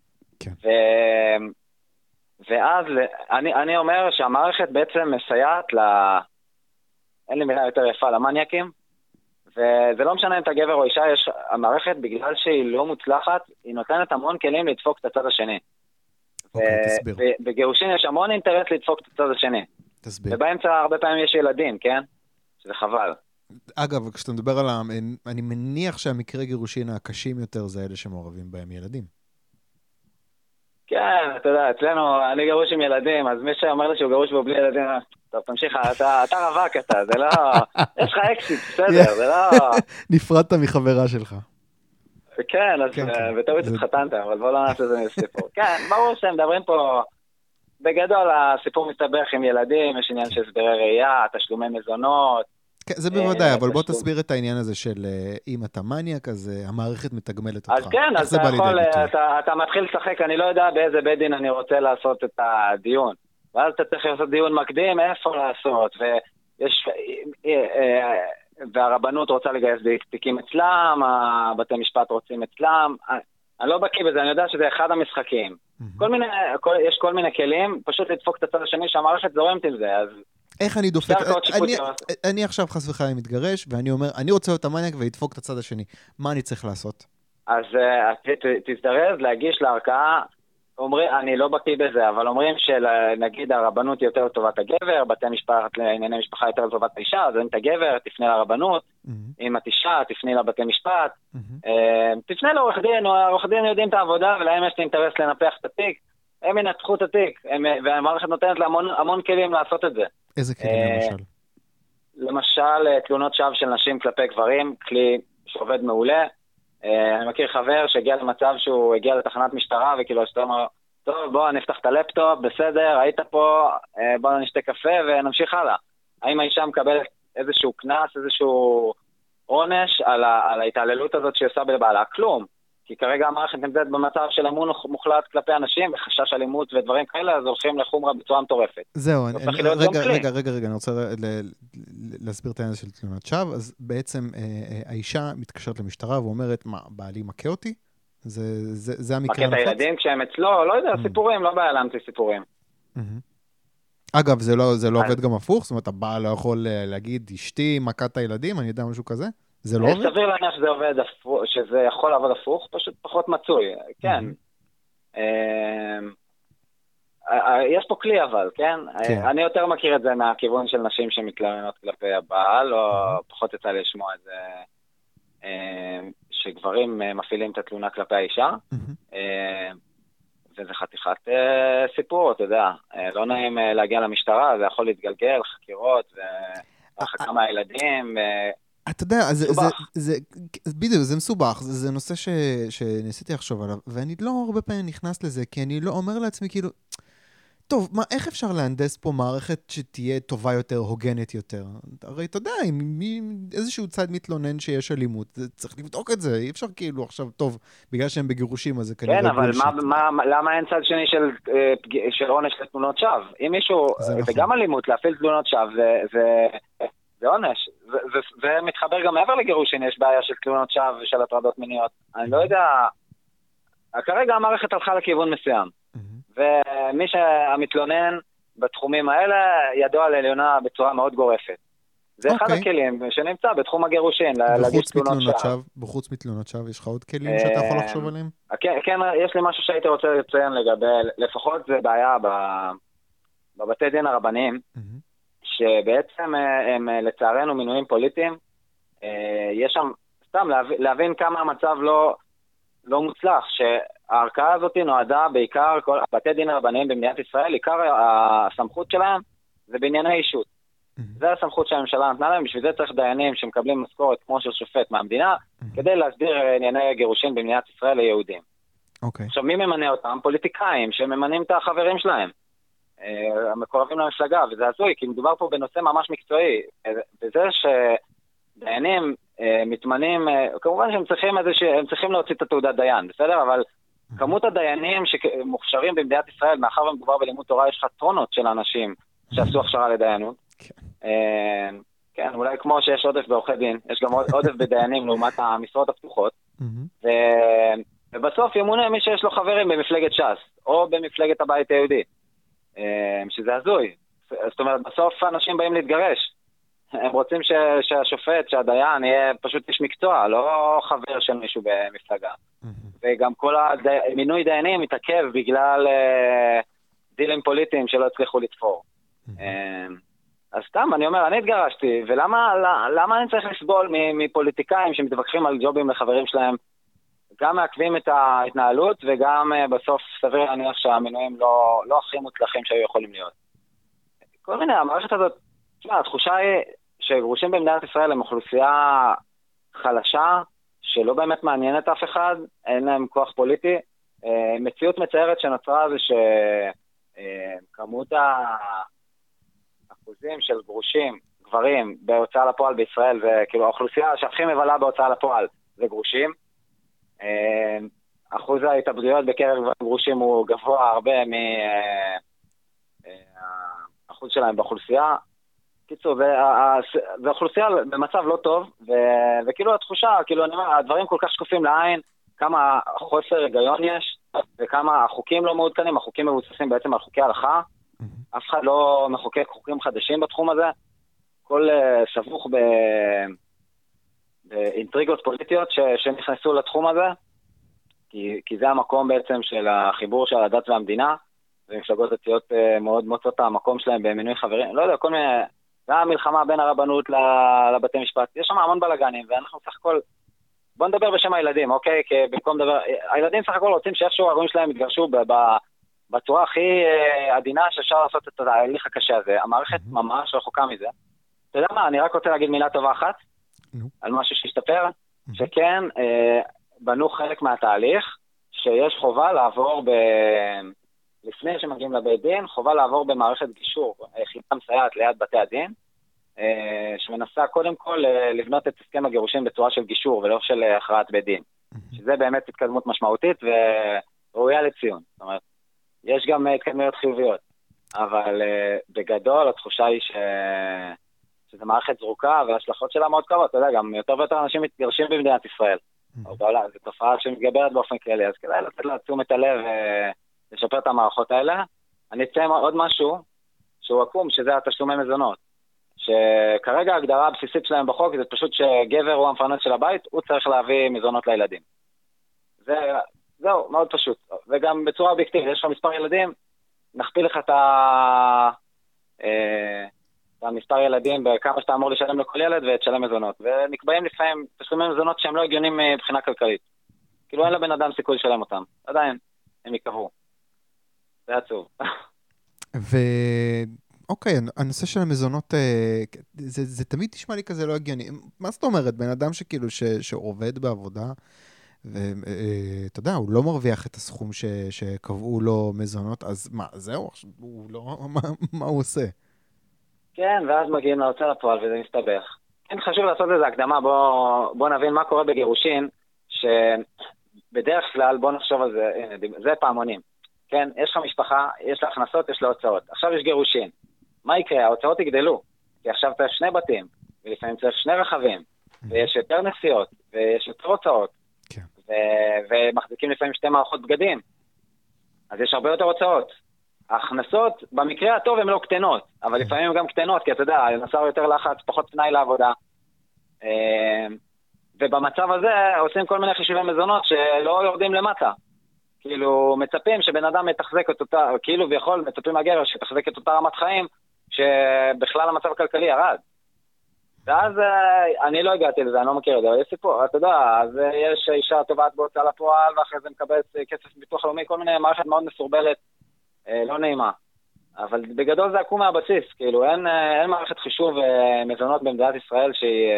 [SPEAKER 2] ואז אני אומר שהמערכת בעצם מסייעת אין לי מילה יותר יפה, למניאקים, וזה לא משנה אם אתה גבר או אישה, המערכת בגלל שהיא לא מוצלחת, היא נותנת המון כלים לדפוק את הצד השני.
[SPEAKER 1] תסביר.
[SPEAKER 2] בגירושין יש המון אינטרס לדפוק את הצד השני.
[SPEAKER 1] תסביר.
[SPEAKER 2] ובאמצע הרבה פעמים יש ילדים, כן? שזה חבל.
[SPEAKER 1] אגב, כשאתה מדבר על אני מניח שהמקרה גירושין הקשים יותר זה אלה שמעורבים בהם ילדים.
[SPEAKER 2] כן, אתה יודע, אצלנו, אני גרוש עם ילדים, אז מי שאומר לי שהוא גרוש בו בלי ילדים, טוב, תמשיך, אתה רווק זה לא... יש לך אקסיט, בסדר, זה לא...
[SPEAKER 1] נפרדת מחברה שלך.
[SPEAKER 2] כן, אז בטעות התחתנת, אבל בוא לא נעשה את זה מסיפור. כן, ברור שהם מדברים פה... בגדול, הסיפור מסתבך עם ילדים, יש עניין של הסדרי ראייה, תשלומי מזונות.
[SPEAKER 1] כן, זה בוודאי, אבל בוא תסביר את העניין הזה של אם אתה מניאק, אז המערכת מתגמלת אותך.
[SPEAKER 2] אז כן, אז אתה יכול, אתה מתחיל לשחק, אני לא יודע באיזה בית דין אני רוצה לעשות את הדיון. ואז אתה צריך לעשות דיון מקדים, איפה לעשות, והרבנות רוצה לגייס תיקים אצלם, הבתי משפט רוצים אצלם, אני לא בקיא בזה, אני יודע שזה אחד המשחקים. יש כל מיני כלים, פשוט לדפוק את הצד השני שהמערכת זורמת עם זה, אז...
[SPEAKER 1] איך אני דופק? אני עכשיו חס וחלילה מתגרש, ואני אומר, אני רוצה להיות המניאק ולדפוק את הצד השני. מה אני צריך לעשות?
[SPEAKER 2] אז תזדרז להגיש לערכאה, אני לא בקיא בזה, אבל אומרים שנגיד הרבנות יותר לטובת הגבר, בתי משפט לענייני משפחה יותר לטובת האישה, אז אם אתה גבר, תפנה לרבנות, אם את אישה, תפני לבתי משפט, תפנה לעורך דין, העורך דין יודעים את העבודה, ולהם יש אינטרס לנפח את התיק, הם ינתחו את התיק, והמערכת נותנת לה המון כלים לעשות את זה.
[SPEAKER 1] איזה כלים למשל?
[SPEAKER 2] למשל, תלונות שווא של נשים כלפי גברים, כלי שעובד מעולה. אני מכיר חבר שהגיע למצב שהוא הגיע לתחנת משטרה, וכאילו שאתה אומר, טוב, בוא נפתח את הלפטופ, בסדר, היית פה, בוא נשתה קפה ונמשיך הלאה. האם האישה מקבלת איזשהו כנס, איזשהו עונש על ההתעללות הזאת שעושה בבעלה? כלום. כי כרגע המערכת נמצאת במצב של אמון מוחלט כלפי אנשים, וחשש אלימות ודברים כאלה, אז הולכים לחומרה בצורה מטורפת.
[SPEAKER 1] זהו, רגע, אני רוצה להסביר את העניין של תלונת שווא. אז בעצם האישה מתקשרת למשטרה ואומרת, מה, בעלי מכה אותי? זה המקרה הנפוץ?
[SPEAKER 2] מכה את הילדים כשהם אצלו, לא יודע, סיפורים, לא בעיה להמציא סיפורים.
[SPEAKER 1] אגב, זה לא עובד גם הפוך? זאת אומרת, הבעל לא יכול להגיד, אשתי מכת את הילדים, אני יודע משהו כזה? זה לא עובד?
[SPEAKER 2] סביר להניח שזה עובד, שזה יכול לעבוד הפוך, פשוט פחות מצוי, כן. יש פה כלי אבל, כן? אני יותר מכיר את זה מהכיוון של נשים שמתלוננות כלפי הבעל, או פחות יצא לי לשמוע את זה, שגברים מפעילים את התלונה כלפי האישה, וזה חתיכת סיפור, אתה יודע, לא נעים להגיע למשטרה, זה יכול להתגלגל, חקירות, והרחקה מהילדים,
[SPEAKER 1] אתה יודע, בדיוק, זה מסובך, זה נושא שניסיתי לחשוב עליו, ואני לא הרבה פעמים נכנס לזה, כי אני לא אומר לעצמי כאילו, טוב, מה, איך אפשר להנדס פה מערכת שתהיה טובה יותר, הוגנת יותר? הרי אתה יודע, אם איזשהו צד מתלונן שיש אלימות, צריך לבדוק את זה, אי אפשר כאילו עכשיו, טוב, בגלל שהם בגירושים, אז זה כנראה בולשיט.
[SPEAKER 2] כן, אבל למה אין צד שני של עונש לתלונות שווא? אם מישהו, וגם אלימות, להפעיל תלונות שווא, זה עונש. זה מתחבר גם מעבר לגירושין, יש בעיה של תלונות שווא ושל הטרדות מיניות. אני לא יודע, כרגע המערכת הלכה לכיוון מסוים. ומי שהמתלונן בתחומים האלה ידוע על עליונה בצורה מאוד גורפת. זה אחד הכלים שנמצא בתחום הגירושין, להגיש תלונות שווא.
[SPEAKER 1] בחוץ מתלונות שווא, יש לך עוד כלים שאתה יכול לחשוב עליהם?
[SPEAKER 2] כן, יש לי משהו שהייתי רוצה לציין לגבי, לפחות זה בעיה בבתי דין הרבניים, שבעצם הם לצערנו מינויים פוליטיים, יש שם, סתם להבין כמה המצב לא מוצלח, שהערכאה הזאת נועדה בעיקר, בתי דין הרבניים במדינת ישראל, עיקר הסמכות שלהם זה בענייני אישות. זה הסמכות שהממשלה נתנה להם, בשביל זה צריך דיינים שמקבלים משכורת כמו של שופט מהמדינה, כדי להסדיר ענייני גירושין במדינת ישראל ליהודים. עכשיו, מי ממנה אותם? פוליטיקאים שממנים את החברים שלהם, המקורבים למפלגה, וזה הזוי, כי מדובר פה בנושא ממש מקצועי, וזה שדיינים מתמנים, כמובן שהם צריכים להוציא את התעודת דיין, בסדר? אבל כמות הדיינים שמוכשרים במדינת ישראל, מאחר ומדובר בלימוד תורה, יש לך טונות של אנשים שעשו הכשרה לדיינות. כן, אולי כמו שיש עודף בעורכי דין, יש גם עודף בדיינים לעומת המשרות הפתוחות, ובסוף ימונה מי שיש לו חברים במפלגת ש"ס, או במפלגת הבית היהודי, שזה הזוי. זאת אומרת, בסוף אנשים באים להתגרש. הם רוצים שהשופט, שהדיין יהיה פשוט איש מקצוע, לא חבר של מישהו במפלגה. וגם כל המינוי דיינים מתעכב בגלל דילים פוליטיים שלא הצליחו לתפור. אז סתם, אני אומר, אני התגרשתי, ולמה אני צריך לסבול מפוליטיקאים שמתווכחים על ג'ובים לחברים שלהם, גם מעכבים את ההתנהלות, וגם בסוף סביר להניח שהמינויים לא הכי מוצלחים שהיו יכולים להיות. כל מיני, המערכת הזאת, התחושה היא שגרושים במדינת ישראל הם אוכלוסייה חלשה, שלא באמת מעניינת אף אחד, אין להם כוח פוליטי. מציאות מצערת שנוצרה זה שכמות האחוזים של גרושים, גברים, בהוצאה לפועל בישראל, זה כאילו האוכלוסייה שהכי מבלה בהוצאה לפועל זה גרושים. אחוז ההתאבדויות בקרב גרושים הוא גבוה הרבה מהאחוז שלהם באוכלוסייה. קיצור, זה אוכלוסייה במצב לא טוב, וכאילו התחושה, כאילו אני אומר, הדברים כל כך שקופים לעין, כמה חוסר היגיון יש, וכמה החוקים לא מעודכנים, החוקים מבוססים בעצם על חוקי הלכה, אף אחד לא מחוקק חוקים חדשים בתחום הזה, כל סבוך באינטריגות פוליטיות שנכנסו לתחום הזה, כי זה המקום בעצם של החיבור של הדת והמדינה, ומפלגות דתיות מאוד מוצאות את המקום שלהם במינוי חברים, לא יודע, כל מיני, זה המלחמה בין הרבנות לבתי משפט, יש שם המון בלגנים, ואנחנו סך הכל, בוא נדבר בשם הילדים, אוקיי? כי במקום דבר, הילדים סך הכל רוצים שאיכשהו ההורים שלהם יתגרשו בצורה הכי עדינה שאפשר לעשות את ההליך הקשה הזה, המערכת ממש רחוקה מזה. אתה יודע מה, אני רק רוצה להגיד מילה טובה אחת, על משהו שהשתפר, שכן בנו חלק מהתהליך, שיש חובה לעבור לפני שמגיעים לבית דין, חובה לעבור במערכת גישור, יחידה מסייעת ליד בתי הדין, שמנסה קודם כל לבנות את הסכם הגירושים בצורה של גישור, ולא של הכרעת בית דין. שזה באמת התקדמות משמעותית וראויה לציון. זאת אומרת, יש גם התקדמויות חיוביות, אבל בגדול התחושה היא שזו מערכת זרוקה, וההשלכות שלה מאוד קרות. אתה יודע, גם יותר ויותר אנשים מתגרשים במדינת ישראל. זו תופעה שמתגברת באופן כללי, אז כדאי לתת לה תשומת הלב לשפר את המערכות האלה. אני אציין עוד משהו שהוא עקום, שזה התשלומי מזונות. שכרגע ההגדרה הבסיסית שלהם בחוק זה פשוט שגבר הוא המפרנס של הבית, הוא צריך להביא מזונות לילדים. זהו, מאוד פשוט. וגם בצורה אובייקטיבית, יש לך מספר ילדים, נכפיל לך את המספר ילדים בכמה שאתה אמור לשלם לכל ילד ותשלם מזונות. ונקבעים לפעמים תשלומי מזונות שהם לא הגיונים מבחינה כלכלית. כאילו אין לבן אדם סיכוי לשלם אותם. עדיין, הם יקבעו. זה עצוב.
[SPEAKER 1] אוקיי, הנושא של המזונות, זה תמיד נשמע לי כזה לא הגיוני. מה זאת אומרת? בן אדם שכאילו, שעובד בעבודה, ואתה יודע, הוא לא מרוויח את הסכום שקבעו לו מזונות, אז מה, זהו? הוא לא, מה הוא עושה?
[SPEAKER 2] כן, ואז מגיעים להוצאה לפועל וזה מסתבך. כן, חשוב לעשות איזו הקדמה, בוא נבין מה קורה בגירושין, שבדרך כלל, בוא נחשוב על זה, זה פעמונים. כן, יש לך משפחה, יש לה הכנסות, יש לה הוצאות. עכשיו יש גירושין. מה יקרה? ההוצאות יגדלו. כי עכשיו צריך 2 בתים, ולפעמים צריך 2 רכבים, ויש יותר נסיעות, ויש יותר הוצאות,
[SPEAKER 1] כן.
[SPEAKER 2] ומחזיקים לפעמים 2 מערכות בגדים. אז יש הרבה יותר הוצאות. ההכנסות, במקרה הטוב הן לא קטנות, אבל לפעמים הן גם קטנות, כי אתה יודע, נוצר יותר לחץ, פחות פנאי לעבודה. ובמצב הזה עושים כל מיני חישובי מזונות שלא יורדים למטה. כאילו מצפים שבן אדם יתחזק את אותה, כאילו ויכול, מצפים מהגבר שתחזק את אותה רמת חיים, שבכלל המצב הכלכלי ירד. ואז אני לא הגעתי לזה, אני לא מכיר את זה, אבל יש סיפור, אתה יודע, אז יש אישה טובעת בהוצאה לפועל, ואחרי זה מקבלת כסף ביטוח לאומי, כל מיני מערכת מאוד מסורבלת, לא נעימה. אבל בגדול זה עקום מהבסיס, כאילו אין מערכת חישוב מזונות במדינת ישראל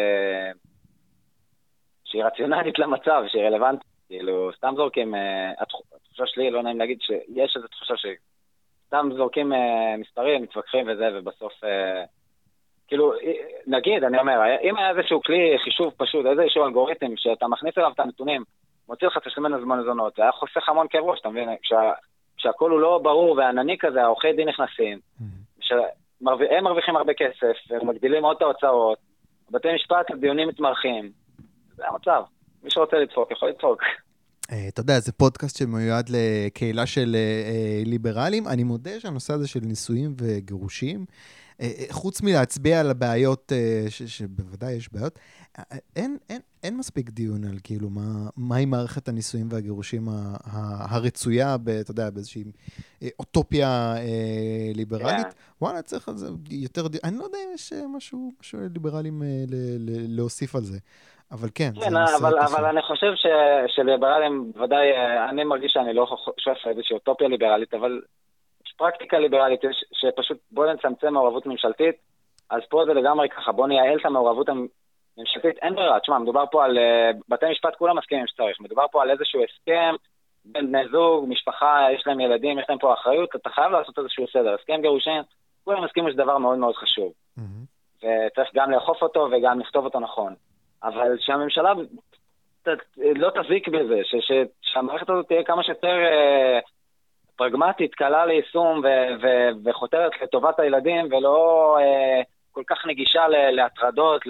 [SPEAKER 2] שהיא רציונלית למצב, שהיא רלוונטית. כאילו סתם זורקים, התחושה שלי, לא נעים להגיד שיש איזו תחושה שסתם זורקים מספרים, מתווכחים וזה, ובסוף, כאילו, נגיד, אני אומר, אם היה איזשהו כלי חישוב פשוט, איזשהו אלגוריתם שאתה מכניס אליו את הנתונים, מוציא לך תשלומי מזונות, זה היה חוסך המון כאב ראש, אתה מבין? כשהכל הוא לא ברור והענני כזה, העורכי דין נכנסים, הם מרוויחים הרבה כסף, ומגדילים עוד את ההוצאות, בתי משפט, הדיונים מתמרחים, זה המצב. מי שרוצה לדפוק, יכול לדפוק.
[SPEAKER 1] אתה יודע, זה פודקאסט שמיועד לקהילה של ליברלים. אני מודה שהנושא הזה של נישואים וגירושים, חוץ מלהצביע על הבעיות, שבוודאי יש בעיות, אין מספיק דיון על כאילו מהי מערכת הנישואים והגירושים הרצויה, אתה יודע, באיזושהי אוטופיה ליברלית. וואלה, צריך על זה יותר דיון. אני לא יודע אם יש משהו ליברלים להוסיף על זה. אבל כן,
[SPEAKER 2] זה נושא קשה. אבל אני חושב שליברלים, ודאי, אני מרגיש שאני לא שואף איזושהי אוטופיה ליברלית, אבל יש פרקטיקה ליברלית, שפשוט בוא נצמצם מעורבות ממשלתית, אז פה זה לגמרי ככה, בוא נייעל את המעורבות הממשלתית, אין ברירה, תשמע, מדובר פה על, בתי משפט כולם מסכימים שצריך, מדובר פה על איזשהו הסכם, בין בני זוג, משפחה, יש להם ילדים, יש להם פה אחריות, אתה חייב לעשות איזשהו סדר, הסכם גירושין, כולם מסכימים שזה דבר מאוד מאוד חשוב, וצריך גם לאכוף אותו וגם לכתוב אותו נכון. אבל שהממשלה לא תזיק בזה, שהמערכת הזאת תהיה כמה שיותר פרגמטית, קלה ליישום וחותרת לטובת הילדים, ולא כל כך נגישה להטרדות,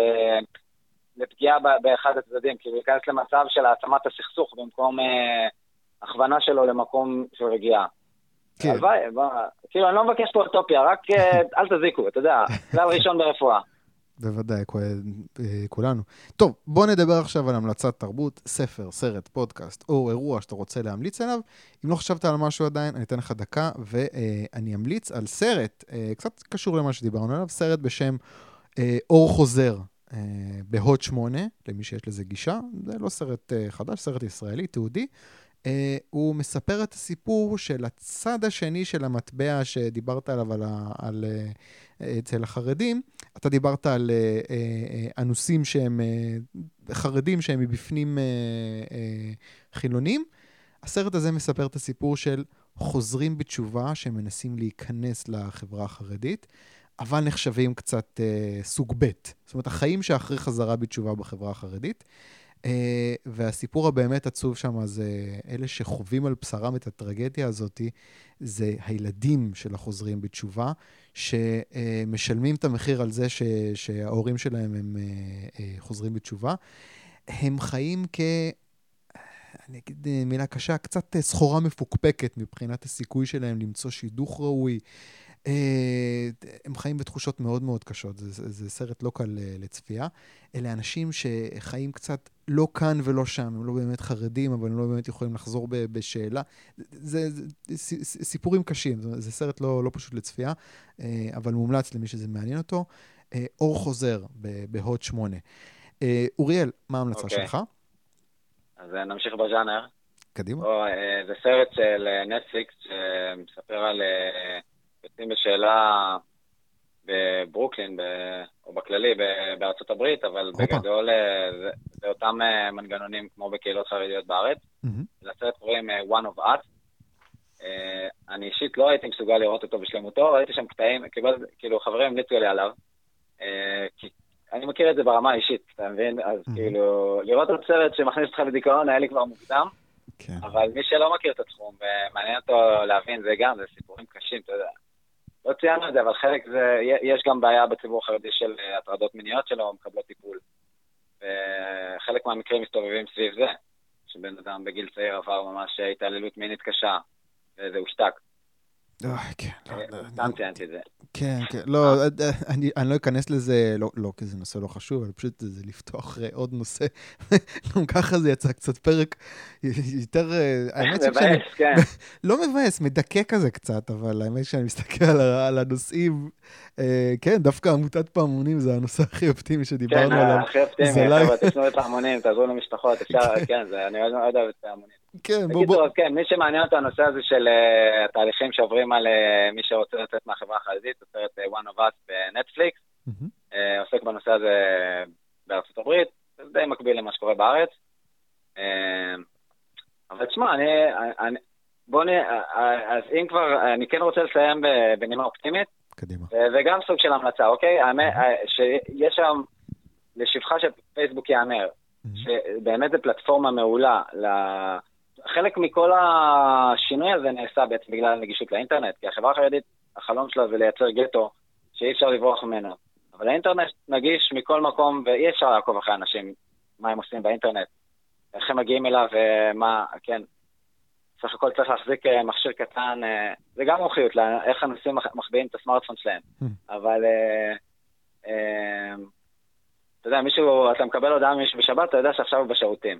[SPEAKER 2] לפגיעה באחד הצדדים, כאילו להיכנס למצב של העצמת הסכסוך במקום הכוונה שלו למקום של רגיעה. הלוואי, כאילו אני לא מבקש פה אוטופיה, רק אל תזיקו, אתה יודע, כלל ראשון ברפואה.
[SPEAKER 1] בוודאי, כולנו. טוב, בוא נדבר עכשיו על המלצת תרבות, ספר, סרט, פודקאסט או אירוע שאתה רוצה להמליץ עליו. אם לא חשבת על משהו עדיין, אני אתן לך דקה, ואני אמליץ על סרט, קצת קשור למה שדיברנו עליו, סרט בשם אור חוזר בהוט 8, למי שיש לזה גישה. זה לא סרט חדש, סרט ישראלי, תיעודי. הוא מספר את הסיפור של הצד השני של המטבע שדיברת עליו אצל החרדים. אתה דיברת על אנוסים שהם חרדים שהם מבפנים חילונים. הסרט הזה מספר את הסיפור של חוזרים בתשובה שמנסים להיכנס לחברה החרדית, אבל נחשבים קצת סוג ב'. זאת אומרת, החיים שאחרי חזרה בתשובה בחברה החרדית. והסיפור הבאמת עצוב שם זה אלה שחווים על בשרם את הטרגדיה הזאת, זה הילדים של החוזרים בתשובה, שמשלמים את המחיר על זה שההורים שלהם הם חוזרים בתשובה. הם חיים אני אגיד מילה קשה, קצת סחורה מפוקפקת מבחינת הסיכוי שלהם למצוא שידוך ראוי. הם חיים בתחושות מאוד מאוד קשות, זה סרט לא קל לצפייה. אלה אנשים שחיים קצת לא כאן ולא שם, הם לא באמת חרדים, אבל הם לא באמת יכולים לחזור בשאלה. זה סיפורים קשים, זה סרט לא פשוט לצפייה, אבל מומלץ למי שזה מעניין אותו. אור חוזר בהוט 8. אוריאל, מה ההמלצה שלך?
[SPEAKER 2] אז נמשיך בז'אנר.
[SPEAKER 1] קדימה.
[SPEAKER 2] זה סרט של נטפליקס שמספר על יוצאים בשאלה בברוקלין, או בכללי בארצות הברית, אבל בגדול זה אותם מנגנונים כמו בקהילות חרדיות בארץ. לסרט קוראים One of Us. אני אישית לא הייתי מסוגל לראות אותו בשלמותו, ראיתי שם קטעים, כאילו חברים המליצו לי עליו, כי אני מכיר את זה ברמה האישית, אתה מבין? אז כאילו, לראות את סרט שמכניס אותך לדיכאון היה לי כבר מוקדם, אבל מי שלא מכיר את התחום, ומעניין אותו להבין, זה גם, זה סיפורים קשים, אתה יודע. לא ציינו את זה, אבל חלק זה, יש גם בעיה בציבור החרדי של הטרדות מיניות שלו, מקבלות טיפול. וחלק מהמקרים מסתובבים סביב זה, שבן אדם בגיל צעיר עבר ממש התעללות מינית קשה, וזה הושתק. סתם ציינתי את זה.
[SPEAKER 1] כן, כן. לא, אני לא אכנס לזה, לא, כי זה נושא לא חשוב, אבל פשוט זה לפתוח עוד נושא. גם ככה זה יצא קצת פרק יותר, האמת שכשאני...
[SPEAKER 2] מבאס, כן.
[SPEAKER 1] לא מבאס, מדכא כזה קצת, אבל האמת שאני מסתכל על הנושאים, כן, דווקא עמותת פעמונים זה הנושא הכי אופטימי שדיברנו עליו.
[SPEAKER 2] כן, הכי אופטימי, חבר'ה, תשנו את פעמונים, תעזרו למשפחות, אפשר, כן, אני מאוד אוהב את פעמונים.
[SPEAKER 1] כן,
[SPEAKER 2] בקיצור, אז כן, מי שמעניין את הנושא הזה של התהליכים שעוברים על מי שרוצה לצאת מהחברה החרדית, זה סרט One of Us בנטפליקס, עוסק בנושא הזה בארצות הברית, זה די מקביל למה שקורה בארץ. אבל תשמע, אז אם כבר, אני כן רוצה לסיים בנימה אופטימית,
[SPEAKER 1] קדימה.
[SPEAKER 2] וגם סוג של המלצה, אוקיי? שיש שם, לשבחה של פייסבוק יאמר, שבאמת זו פלטפורמה מעולה, חלק מכל השינוי הזה נעשה בעצם בגלל הנגישות לאינטרנט, כי החברה החרדית, החלום שלה זה לייצר גטו שאי אפשר לברוח ממנו. אבל האינטרנט נגיש מכל מקום, ואי אפשר לעקוב אחרי אנשים, מה הם עושים באינטרנט, איך הם מגיעים אליו, ומה, כן, סך הכל צריך להחזיק מכשיר קטן, זה גם מומחיות, איך אנשים מחביאים את הסמארטפון שלהם. אבל, אתה יודע, אתה מקבל הודעה ממישהו בשבת, אתה יודע שעכשיו הוא בשירותים.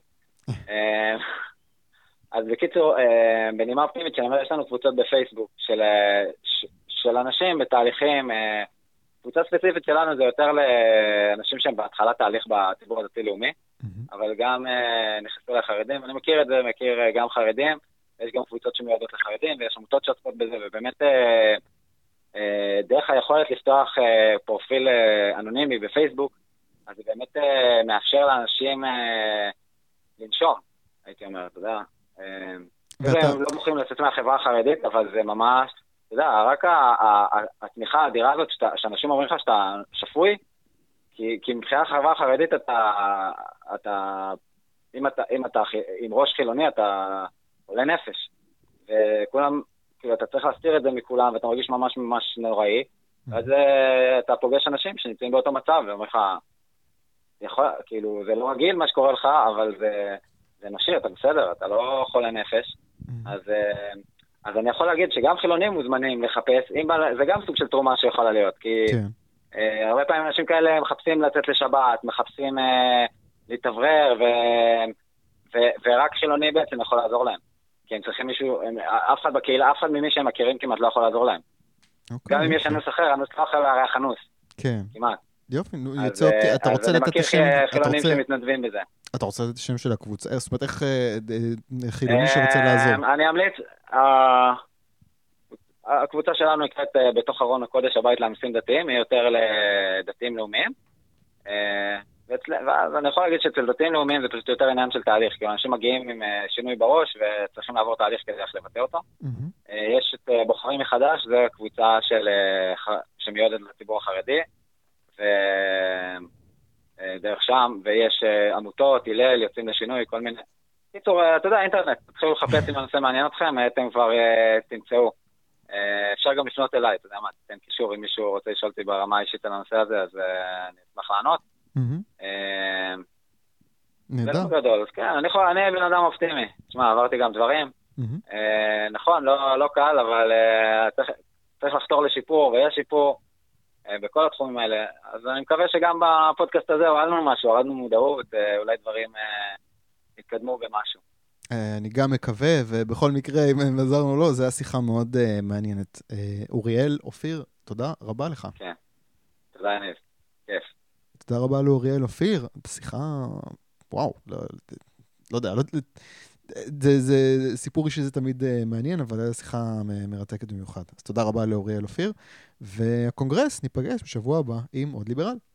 [SPEAKER 2] אז בקיצור, בנימה אופטימית, שאני אומר, יש לנו קבוצות בפייסבוק של אנשים בתהליכים, קבוצה ספציפית שלנו זה יותר לאנשים שהם בהתחלת תהליך בציבור הדתי-לאומי, אבל גם נכנסו לחרדים, אני מכיר את זה, מכיר גם חרדים, יש גם קבוצות שמיועדות לחרדים, ויש עמותות שעוסקות בזה, ובאמת דרך היכולת לפתוח פרופיל אנונימי בפייסבוק, אז זה באמת מאפשר לאנשים לנשום, הייתי אומר, אתה יודע. הם לא מוכנים לצאת מהחברה החרדית, אבל זה ממש, אתה יודע, רק התמיכה האדירה הזאת, שאנשים אומרים לך שאתה שפוי, כי מבחינת החברה החרדית אם אתה עם ראש חילוני, אתה עולה נפש. וכולם, כאילו, אתה צריך להסתיר את זה מכולם, ואתה מרגיש ממש ממש נוראי, ואז אתה פוגש אנשים שנמצאים באותו מצב, ואומרים לך, כאילו, זה לא רגיל מה שקורה לך, אבל זה נשאיר, אתה בסדר, אתה לא חולה נפש. אז אני יכול להגיד שגם חילונים מוזמנים לחפש, זה גם סוג של תרומה שיכולה להיות, כי הרבה פעמים אנשים כאלה מחפשים לצאת לשבת, מחפשים להתאוורר, ורק חילוני בעצם יכול לעזור להם. כי הם צריכים מישהו, אף אחד בקהילה, אף אחד ממי שהם מכירים כמעט לא יכול לעזור להם. גם אם יש אנוס אחר, אנוס אחר הרי החנוס.
[SPEAKER 1] כן.
[SPEAKER 2] כמעט.
[SPEAKER 1] יופי, אתה רוצה לתת את השם...
[SPEAKER 2] אני מכיר חילונים שמתנדבים בזה.
[SPEAKER 1] אתה רוצה לתת את השם של הקבוצה? זאת אומרת, איך חילוני שרוצה לעזור?
[SPEAKER 2] אני אמליץ, הקבוצה שלנו נקראת בתוך ארון הקודש הבית לאנשים דתיים, היא יותר לדתיים לאומיים. ואז אני יכול להגיד שאצל דתיים לאומיים זה פשוט יותר עניין של תהליך, כי אנשים מגיעים עם שינוי בראש וצריכים לעבור תהליך כדי איך לבטא אותו. יש את בוחרים מחדש, זו קבוצה שמיועדת לציבור החרדי, ודרך שם, ויש עמותות, הלל, יוצאים לשינוי, כל מיני. קיצור, אתה יודע, אינטרנט, תתחילו לחפש אם הנושא מעניין אתכם, אתם כבר תמצאו. אפשר גם לפנות אליי, אתה יודע מה, תתן קישור, אם מישהו רוצה לשאול אותי ברמה האישית על הנושא הזה, אז אני אשמח לענות. זה לא גדול, אז כן, אני בן אדם אופטימי. תשמע, עברתי גם דברים. נכון, לא קל, אבל צריך לחתור לשיפור, ויש שיפור בכל התחומים האלה. אז אני מקווה שגם בפודקאסט הזה הורדנו משהו, הורדנו מודעות, אולי דברים התקדמו במשהו.
[SPEAKER 1] אני גם מקווה, ובכל מקרה, אם עזרנו לו, זו השיחה מאוד מעניינת. אוריאל, אופיר, תודה רבה לך.
[SPEAKER 2] כן, תודה יניב, כיף.
[SPEAKER 1] תודה רבה לאוריאל אופיר, שיחה, וואו, לא יודע, זה סיפור אישי, זה תמיד מעניין, אבל זו שיחה מרתקת במיוחד. אז תודה רבה לאוריאל אופיר, והקונגרס ניפגש בשבוע הבא עם עוד ליברל.